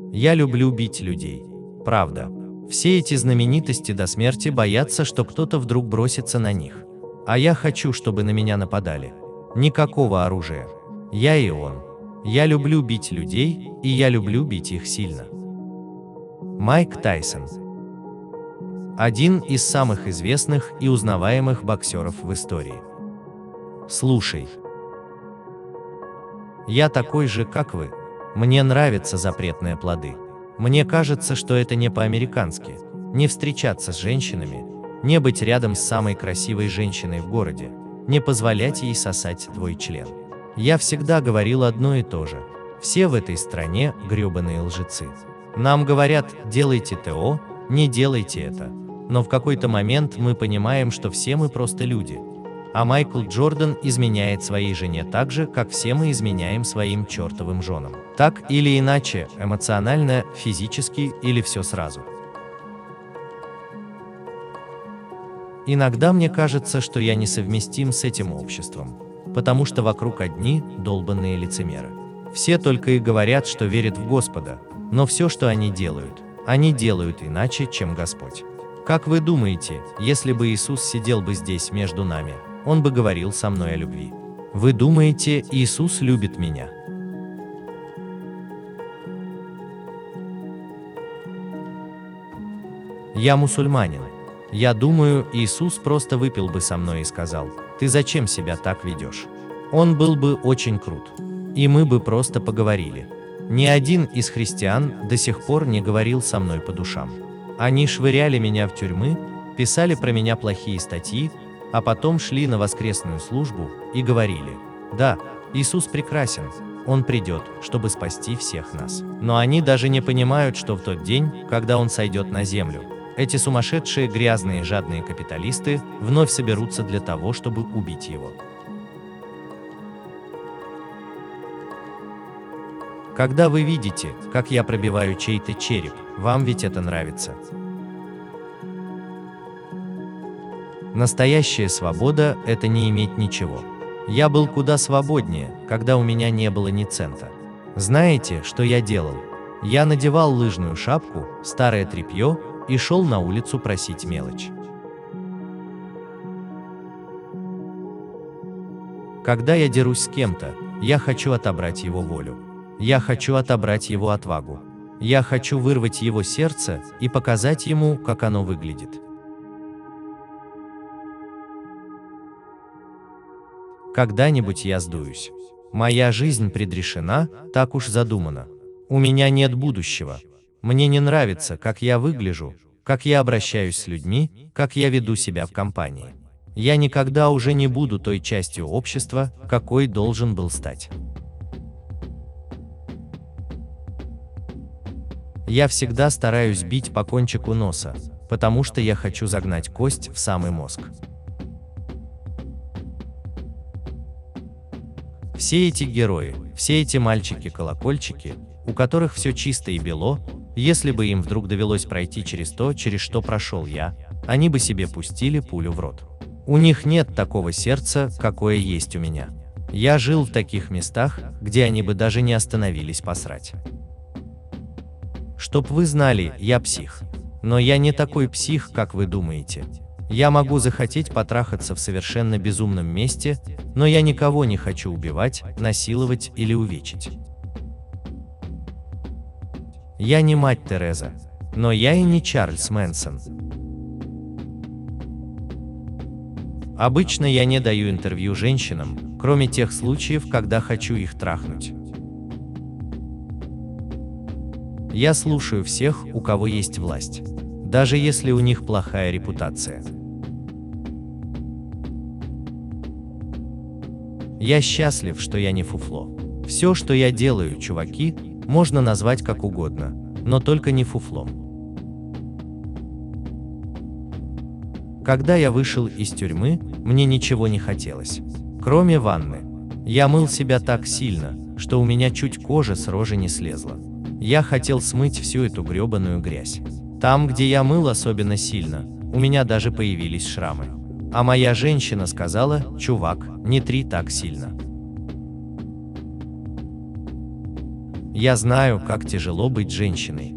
Я люблю бить людей. Правда. Все эти знаменитости до смерти боятся, что кто-то вдруг бросится на них. А я хочу, чтобы на меня нападали. Никакого оружия. Я и он. Я люблю бить людей, и я люблю бить их сильно. Майк Тайсон. Один из самых известных и узнаваемых боксеров в истории. Слушай. Я такой же, как вы. Мне нравятся запретные плоды. Мне кажется, что это не по-американски. Не встречаться с женщинами, не быть рядом с самой красивой женщиной в городе, не позволять ей сосать твой член. Я всегда говорил одно и то же. Все в этой стране гребаные лжецы. Нам говорят, делайте ТО, не делайте это. Но в какой-то момент мы понимаем, что все мы просто люди. А Майкл Джордан изменяет своей жене так же, как все мы изменяем своим чертовым женам. Так или иначе, эмоционально, физически или все сразу. Иногда мне кажется, что я несовместим с этим обществом, потому что вокруг одни долбанные лицемеры. Все только и говорят, что верят в Господа, но все, что они делают иначе, чем Господь. Как вы думаете, если бы Иисус сидел бы здесь между нами, Он бы говорил со мной о любви? Вы думаете, Иисус любит меня? Я мусульманин. Я думаю, Иисус просто выпил бы со мной и сказал: «Ты зачем себя так ведешь?» Он был бы очень крут. И мы бы просто поговорили. Ни один из христиан до сих пор не говорил со мной по душам. Они швыряли меня в тюрьмы, писали про меня плохие статьи, а потом шли на воскресную службу и говорили: «Да, Иисус прекрасен, Он придет, чтобы спасти всех нас». Но они даже не понимают, что в тот день, когда Он сойдет на землю, эти сумасшедшие, грязные, жадные капиталисты вновь соберутся для того, чтобы убить Его. Когда вы видите, как я пробиваю чей-то череп, вам ведь это нравится. Настоящая свобода – это не иметь ничего. Я был куда свободнее, когда у меня не было ни цента. Знаете, что я делал? Я надевал лыжную шапку, старое тряпье и шел на улицу просить мелочь. Когда я дерусь с кем-то, я хочу отобрать его волю. Я хочу отобрать его отвагу. Я хочу вырвать его сердце и показать ему, как оно выглядит. Когда-нибудь я сдуюсь. Моя жизнь предрешена, так уж задумано. У меня нет будущего. Мне не нравится, как я выгляжу, как я обращаюсь с людьми, как я веду себя в компании. Я никогда уже не буду той частью общества, какой должен был стать. Я всегда стараюсь бить по кончику носа, потому что я хочу загнать кость в самый мозг. Все эти герои, все эти мальчики-колокольчики, у которых все чисто и бело, если бы им вдруг довелось пройти через то, через что прошел я, они бы себе пустили пулю в рот. У них нет такого сердца, какое есть у меня. Я жил в таких местах, где они бы даже не остановились посрать. Чтоб вы знали, я псих. Но я не такой псих, как вы думаете. Я могу захотеть потрахаться в совершенно безумном месте, но я никого не хочу убивать, насиловать или увечить. Я не мать Тереза, но я и не Чарльз Мэнсон. Обычно я не даю интервью женщинам, кроме тех случаев, когда хочу их трахнуть. Я слушаю всех, у кого есть власть, даже если у них плохая репутация. Я счастлив, что я не фуфло. Все, что я делаю, чуваки, можно назвать как угодно, но только не фуфлом. Когда я вышел из тюрьмы, мне ничего не хотелось, кроме ванны. Я мыл себя так сильно, что у меня чуть кожа с рожи не слезла. Я хотел смыть всю эту гребаную грязь. Там, где я мыл особенно сильно, у меня даже появились шрамы. А моя женщина сказала: «Чувак, не три так сильно». Я знаю, как тяжело быть женщиной.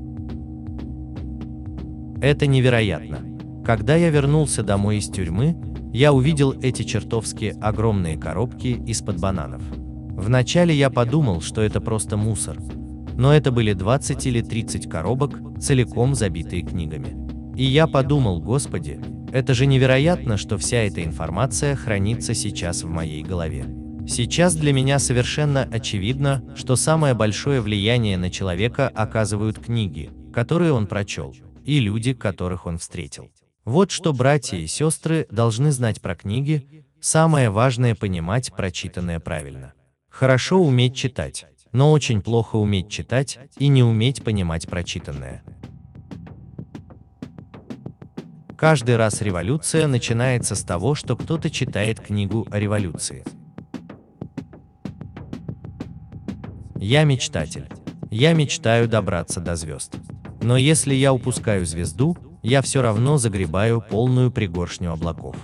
Это невероятно. Когда я вернулся домой из тюрьмы, я увидел эти чертовски огромные коробки из-под бананов. Вначале я подумал, что это просто мусор, но это были 20 или 30 коробок, целиком забитые книгами. И я подумал, Господи, это же невероятно, что вся эта информация хранится сейчас в моей голове. Сейчас для меня совершенно очевидно, что самое большое влияние на человека оказывают книги, которые он прочел, и люди, которых он встретил. Вот что братья и сестры должны знать про книги, самое важное — понимать прочитанное правильно. Хорошо уметь читать, но очень плохо уметь читать и не уметь понимать прочитанное. Каждый раз революция начинается с того, что кто-то читает книгу о революции. Я мечтатель. Я мечтаю добраться до звезд. Но если я упускаю звезду, я все равно загребаю полную пригоршню облаков.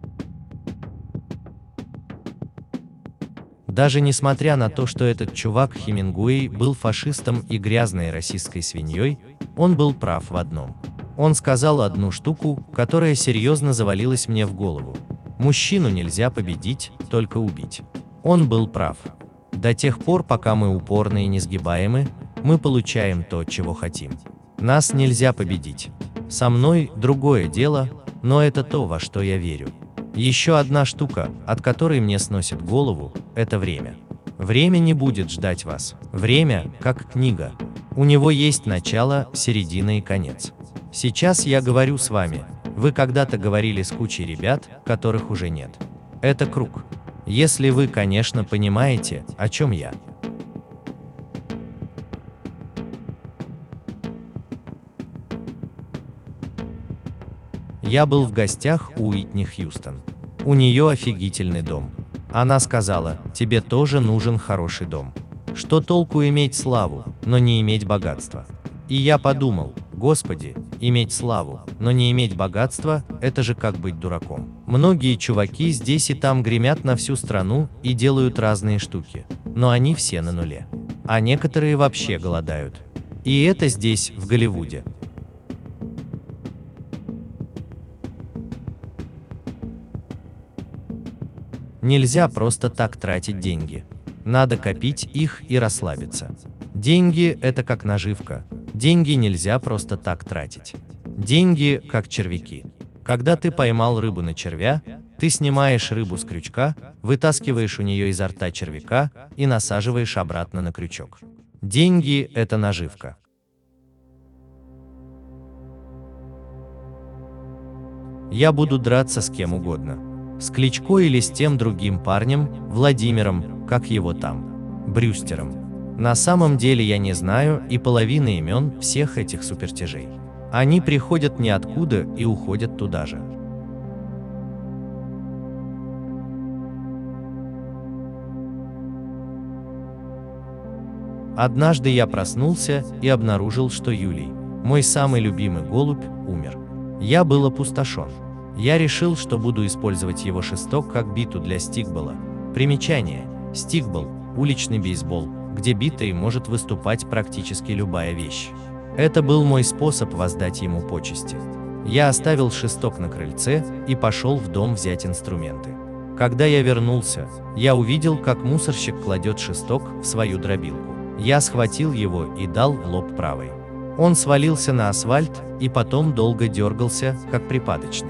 Даже несмотря на то, что этот чувак Хемингуэй был фашистом и грязной расистской свиньей, он был прав в одном. Он сказал одну штуку, которая серьезно завалилась мне в голову. Мужчину нельзя победить, только убить. Он был прав. До тех пор, пока мы упорны и несгибаемы, мы получаем то, чего хотим. Нас нельзя победить. Со мной другое дело, но это то, во что я верю. Еще одна штука, от которой мне сносит голову, это время. Время не будет ждать вас. Время, как книга. У него есть начало, середина и конец. Сейчас я говорю с вами. Вы когда-то говорили с кучей ребят, которых уже нет. Это круг. Если вы, конечно, понимаете, о чем я. Я был в гостях у Уитни Хьюстон. У нее офигительный дом. Она сказала, тебе тоже нужен хороший дом. Что толку иметь славу, но не иметь богатства? И я подумал, Господи, иметь славу, но не иметь богатства – это же как быть дураком. Многие чуваки здесь и там гремят на всю страну и делают разные штуки, но они все на нуле. А некоторые вообще голодают. И это здесь, в Голливуде. Нельзя просто так тратить деньги. Надо копить их и расслабиться. Деньги – это как наживка. Деньги нельзя просто так тратить. Деньги – как червяки. Когда ты поймал рыбу на червя, ты снимаешь рыбу с крючка, вытаскиваешь у нее изо рта червяка и насаживаешь обратно на крючок. Деньги – это наживка. Я буду драться с кем угодно. С Кличко или с тем другим парнем, Владимиром, как его там, Брюстером. На самом деле я не знаю и половины имен всех этих супертяжей. Они приходят ниоткуда и уходят туда же. Однажды я проснулся и обнаружил, что Юлий, мой самый любимый голубь, умер. Я был опустошен. Я решил, что буду использовать его шесток как биту для стикбола. Примечание. Стикбол – уличный бейсбол, где битой может выступать практически любая вещь. Это был мой способ воздать ему почести. Я оставил шесток на крыльце и пошел в дом взять инструменты. Когда я вернулся, я увидел, как мусорщик кладет шесток в свою дробилку. Я схватил его и дал в лоб правой. Он свалился на асфальт и потом долго дергался, как припадочный.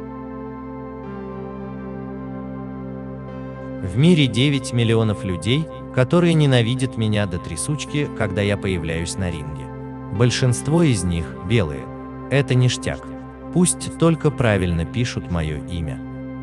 В мире 9 миллионов людей, которые ненавидят меня до трясучки, когда я появляюсь на ринге. Большинство из них белые. Это ништяк. Пусть только правильно пишут мое имя.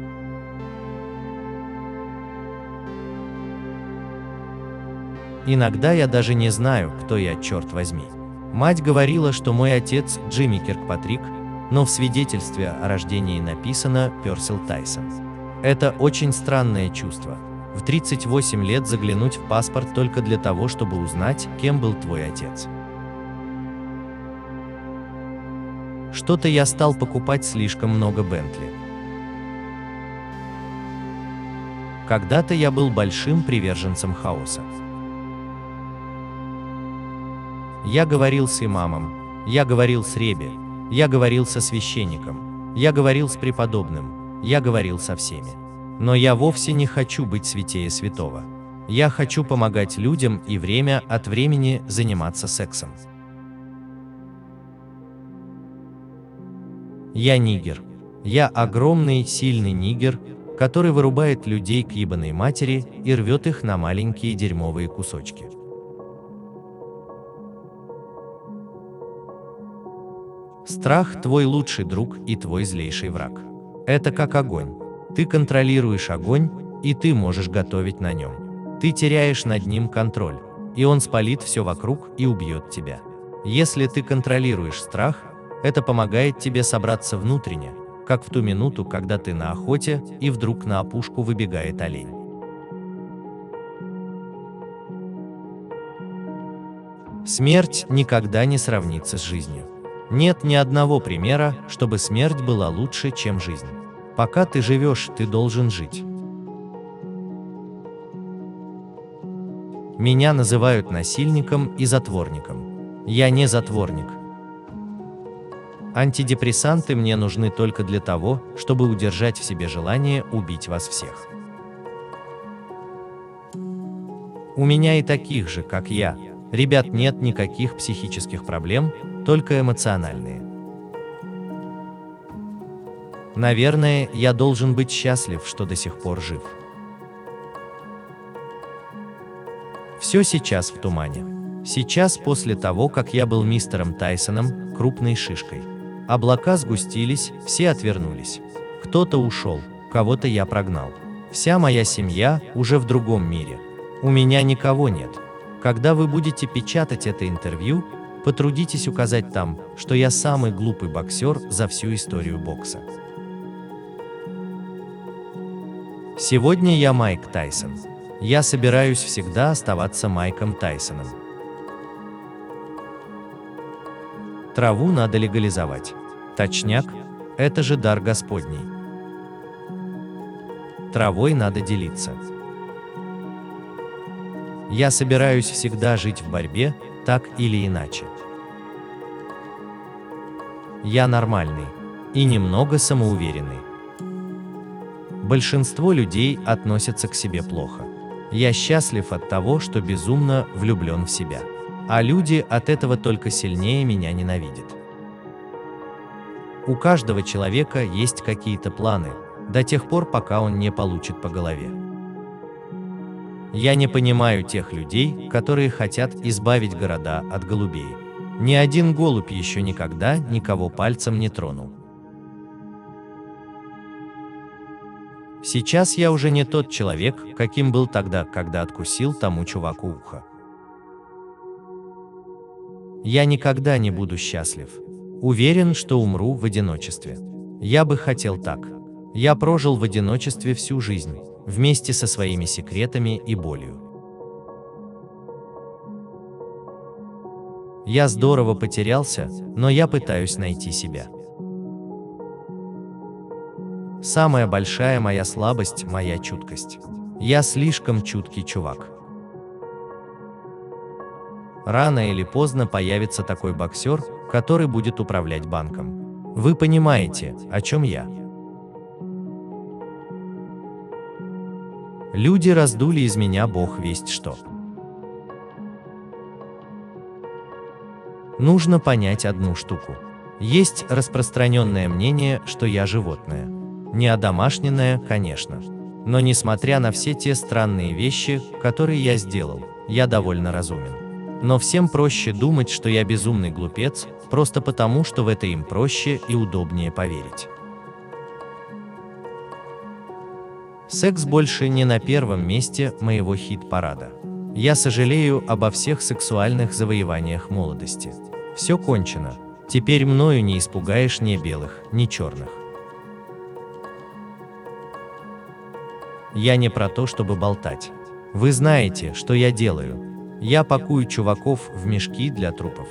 Иногда я даже не знаю, кто я, черт возьми. Мать говорила, что мой отец Джимми Киркпатрик, но в свидетельстве о рождении написано Персил Тайсон. Это очень странное чувство. В 38 лет заглянуть в паспорт только для того, чтобы узнать, кем был твой отец. Что-то я стал покупать слишком много Бентли. Когда-то я был большим приверженцем хаоса. Я говорил с имамом, я говорил с ребе, я говорил со священником, я говорил с преподобным, я говорил со всеми. Но я вовсе не хочу быть святее святого. Я хочу помогать людям и время от времени заниматься сексом. Я нигер. Я огромный, сильный нигер, который вырубает людей к ебаной матери и рвет их на маленькие дерьмовые кусочки. Страх – твой лучший друг и твой злейший враг. Это как огонь. Ты контролируешь огонь, и ты можешь готовить на нем. Ты теряешь над ним контроль, и он спалит все вокруг и убьет тебя. Если ты контролируешь страх, это помогает тебе собраться внутренне, как в ту минуту, когда ты на охоте, и вдруг на опушку выбегает олень. Смерть никогда не сравнится с жизнью. Нет ни одного примера, чтобы смерть была лучше, чем жизнь. Пока ты живешь, ты должен жить. Меня называют насильником и затворником. Я не затворник. Антидепрессанты мне нужны только для того, чтобы удержать в себе желание убить вас всех. У меня и таких же, как я, ребят, нет никаких психических проблем, только эмоциональные. Наверное, я должен быть счастлив, что до сих пор жив. Все сейчас в тумане. Сейчас, после того, как я был мистером Тайсоном, крупной шишкой. Облака сгустились, все отвернулись. Кто-то ушел, кого-то я прогнал. Вся моя семья уже в другом мире. У меня никого нет. Когда вы будете печатать это интервью, потрудитесь указать там, что я самый глупый боксер за всю историю бокса. Сегодня я Майк Тайсон. Я собираюсь всегда оставаться Майком Тайсоном. Траву надо легализовать. Точняк, это же дар Господний. Травой надо делиться. Я собираюсь всегда жить в борьбе, так или иначе. Я нормальный и немного самоуверенный. Большинство людей относятся к себе плохо. Я счастлив от того, что безумно влюблен в себя. А люди от этого только сильнее меня ненавидят. У каждого человека есть какие-то планы, до тех пор, пока он не получит по голове. Я не понимаю тех людей, которые хотят избавить города от голубей. Ни один голубь еще никогда никого пальцем не тронул. Сейчас я уже не тот человек, каким был тогда, когда откусил тому чуваку ухо. Я никогда не буду счастлив. Уверен, что умру в одиночестве. Я бы хотел так. Я прожил в одиночестве всю жизнь, вместе со своими секретами и болью. Я здорово потерялся, но я пытаюсь найти себя. Самая большая моя слабость – моя чуткость. Я слишком чуткий чувак. Рано или поздно появится такой боксер, который будет управлять банком. Вы понимаете, о чем я? Люди раздули из меня бог весть что. Нужно понять одну штуку. Есть распространенное мнение, что я животное. Не одомашненное, конечно. Но несмотря на все те странные вещи, которые я сделал, я довольно разумен. Но всем проще думать, что я безумный глупец, просто потому, что в это им проще и удобнее поверить. Секс больше не на первом месте моего хит-парада. Я сожалею обо всех сексуальных завоеваниях молодости. Все кончено. Теперь мною не испугаешь ни белых, ни черных. Я не про то, чтобы болтать. Вы знаете, что я делаю. Я пакую чуваков в мешки для трупов.